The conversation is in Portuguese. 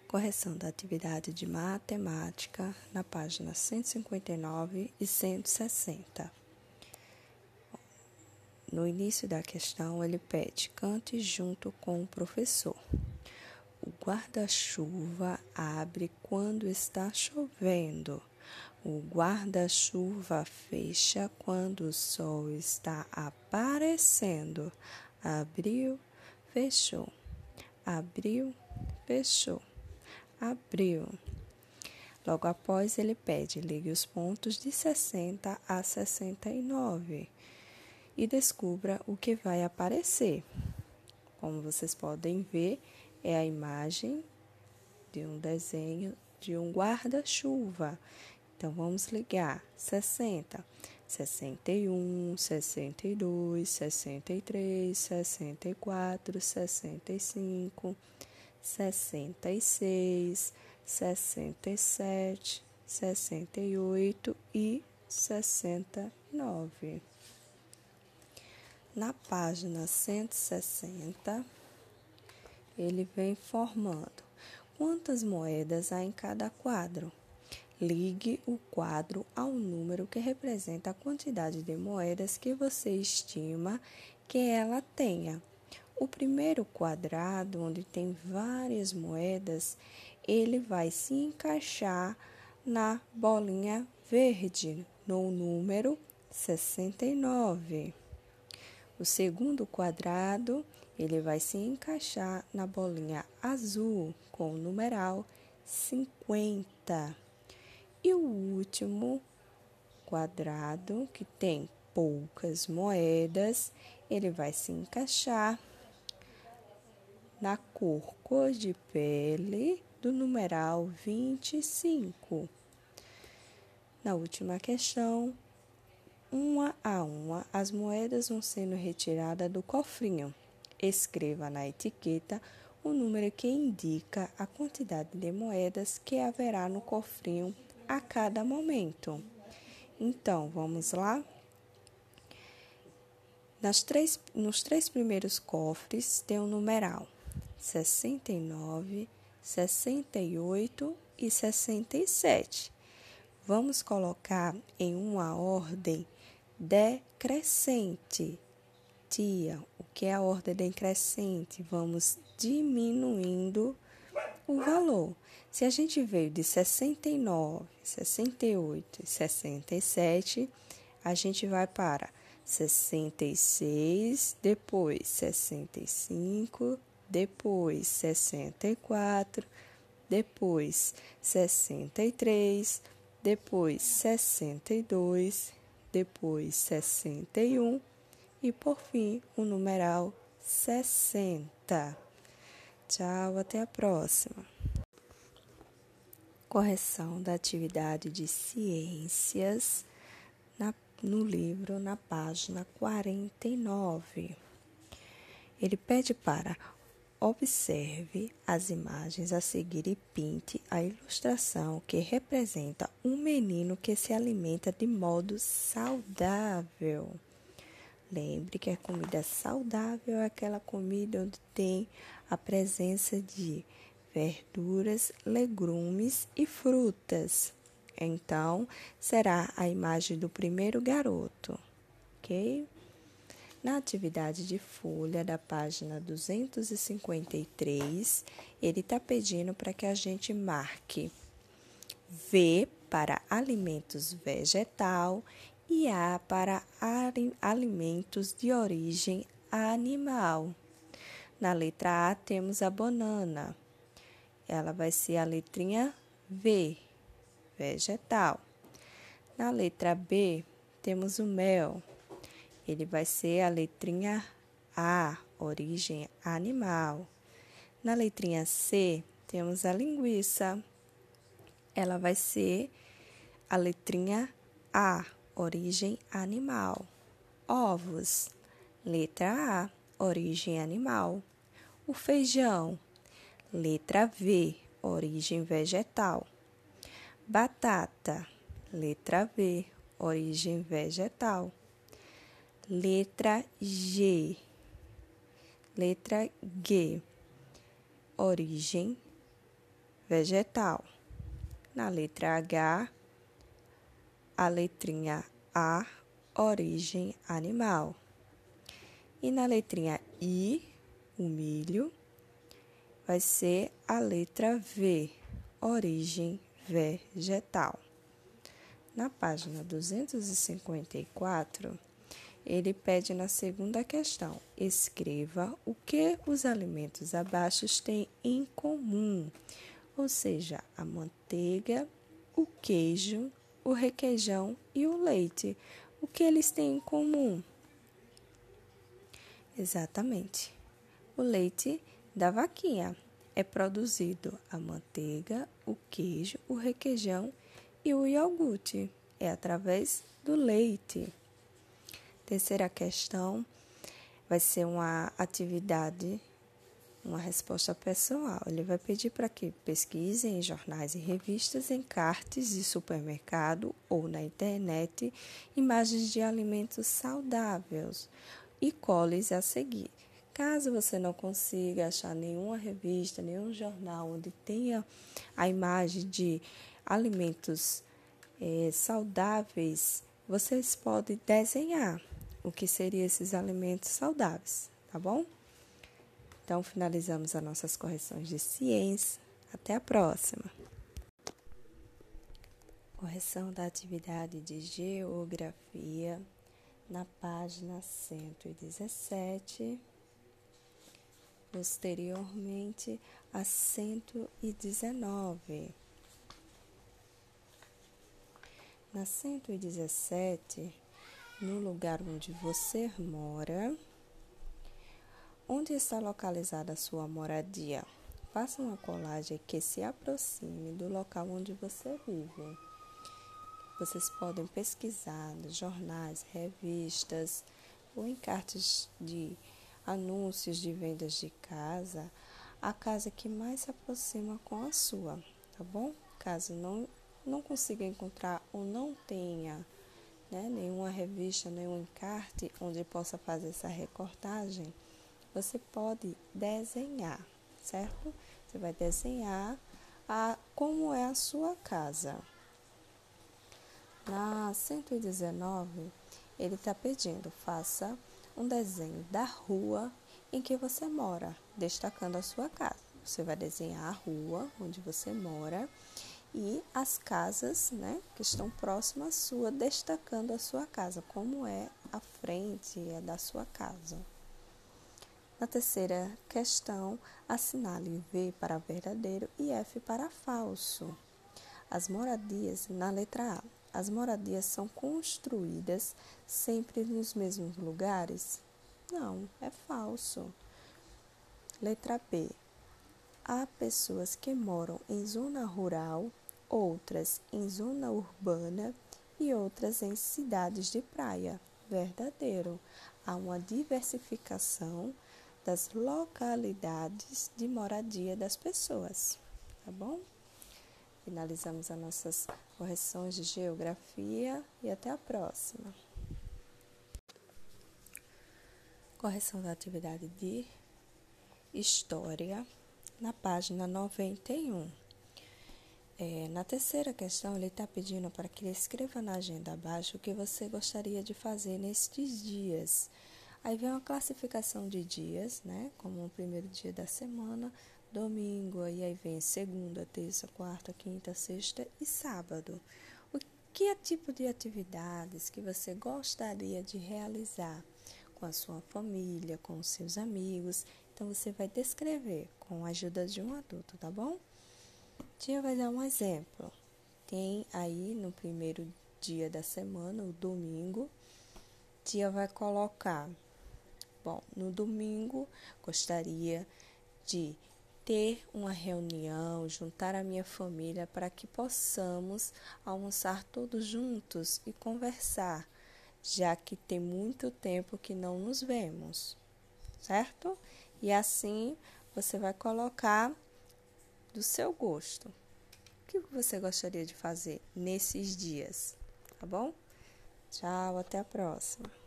Correção da atividade de matemática na página 159 e 160. No início da questão, ele pede: cante junto com o professor. O guarda-chuva abre quando está chovendo. O guarda-chuva fecha quando o sol está aparecendo. Abriu, fechou. Abriu, fechou. Abriu. Logo após, ele pede: ligue os pontos de 60 a 69 e descubra o que vai aparecer. Como vocês podem ver, é a imagem de um desenho de um guarda-chuva. Então, vamos ligar 60, 61, 62, 63, 64, 65, 66, 67, 68 e 69. Na página 160, ele vem informando quantas moedas há em cada quadro. Ligue o quadro ao número que representa a quantidade de moedas que você estima que ela tenha. O primeiro quadrado, onde tem várias moedas, ele vai se encaixar na bolinha verde, no número 69. O segundo quadrado, ele vai se encaixar na bolinha azul, com o numeral 50. E o último quadrado, que tem poucas moedas, ele vai se encaixar na cor de pele do numeral 25. Na última questão, uma a uma, as moedas vão sendo retiradas do cofrinho. Escreva na etiqueta o número que indica a quantidade de moedas que haverá no cofrinho a cada momento. Então, vamos lá? Nos três primeiros cofres tem um numeral 69, 68 e 67. Vamos colocar em uma ordem decrescente. Tia, o que é a ordem decrescente? Vamos diminuindo o valor. Se a gente veio de 69, 68 e 67, a gente vai para 66, depois 65, depois 64, depois 63, depois 62, depois 61 e, por fim, o numeral 60. Tchau, até a próxima. Correção da atividade de ciências no livro, na página 49. Ele pede para observe as imagens a seguir e pinte a ilustração que representa um menino que se alimenta de modo saudável. Lembre que a comida saudável é aquela comida onde tem a presença de verduras, legumes e frutas. Então, será a imagem do primeiro garoto, ok? Na atividade de folha da página 253, ele está pedindo para que a gente marque V para alimentos vegetal e A para alimentos de origem animal. Na letra A temos a banana. Ela vai ser a letrinha V, vegetal. Na letra B temos o mel. Ele vai ser a letrinha A, origem animal. Na letrinha C temos a linguiça. Ela vai ser a letrinha A, origem animal. Ovos, letra A, origem animal. O feijão, letra V, origem vegetal. Batata, letra V, origem vegetal. Letra G, origem vegetal. Na letra H, a letrinha A, origem animal. E na letrinha I, o milho, vai ser a letra V, origem vegetal. Na página 254, ele pede na segunda questão: escreva o que os alimentos abaixo têm em comum, ou seja, a manteiga, o queijo, o requeijão e o leite. O que eles têm em comum? Exatamente. O leite da vaquinha. É produzido a manteiga, o queijo, o requeijão e o iogurte. É através do leite. Terceira questão vai ser uma atividade, uma resposta pessoal. Ele vai pedir para que pesquisem em jornais e revistas, encartes de supermercado ou na internet imagens de alimentos saudáveis e cole-os a seguir. Caso você não consiga achar nenhuma revista, nenhum jornal onde tenha a imagem de alimentos saudáveis, vocês podem desenhar o que seriam esses alimentos saudáveis, tá bom? Então, finalizamos as nossas correções de ciência. Até a próxima! Correção da atividade de geografia na página 117, posteriormente a 119. Na 117, no lugar onde você mora, onde está localizada a sua moradia? Faça uma colagem que se aproxime do local onde você vive. Vocês podem pesquisar nos jornais, revistas ou encartes de anúncios de vendas de casa, a casa que mais se aproxima com a sua, tá bom? Caso não consiga encontrar ou não tenha nenhuma revista, nenhum encarte onde possa fazer essa recortagem, você pode desenhar, certo? Você vai desenhar como é a sua casa. Na 119, ele está pedindo, faça um desenho da rua em que você mora, destacando a sua casa. Você vai desenhar a rua onde você mora e as casas, que estão próximas à sua, destacando a sua casa, como é a frente da sua casa. Na terceira questão, assinale V para verdadeiro e F para falso. As moradias, na letra A, as moradias são construídas sempre nos mesmos lugares? Não, é falso. Letra B, há pessoas que moram em zona rural, outras em zona urbana e outras em cidades de praia. Verdadeiro. Há uma diversificação das localidades de moradia das pessoas, tá bom? Finalizamos as nossas correções de geografia e até a próxima. Correção da atividade de história na página 91. Na terceira questão, ele está pedindo para que ele escreva na agenda abaixo o que você gostaria de fazer nestes dias. Aí vem uma classificação de dias, como o primeiro dia da semana, domingo, aí vem segunda, terça, quarta, quinta, sexta e sábado. O que é tipo de atividades que você gostaria de realizar com a sua família, com os seus amigos? Então, você vai descrever com a ajuda de um adulto, tá bom? Tia vai dar um exemplo. Tem aí no primeiro dia da semana, o domingo, tia vai colocar: bom, no domingo gostaria de ter uma reunião, juntar a minha família para que possamos almoçar todos juntos e conversar, já que tem muito tempo que não nos vemos, certo? E assim você vai colocar do seu gosto. O que você gostaria de fazer nesses dias, tá bom? Tchau, até a próxima.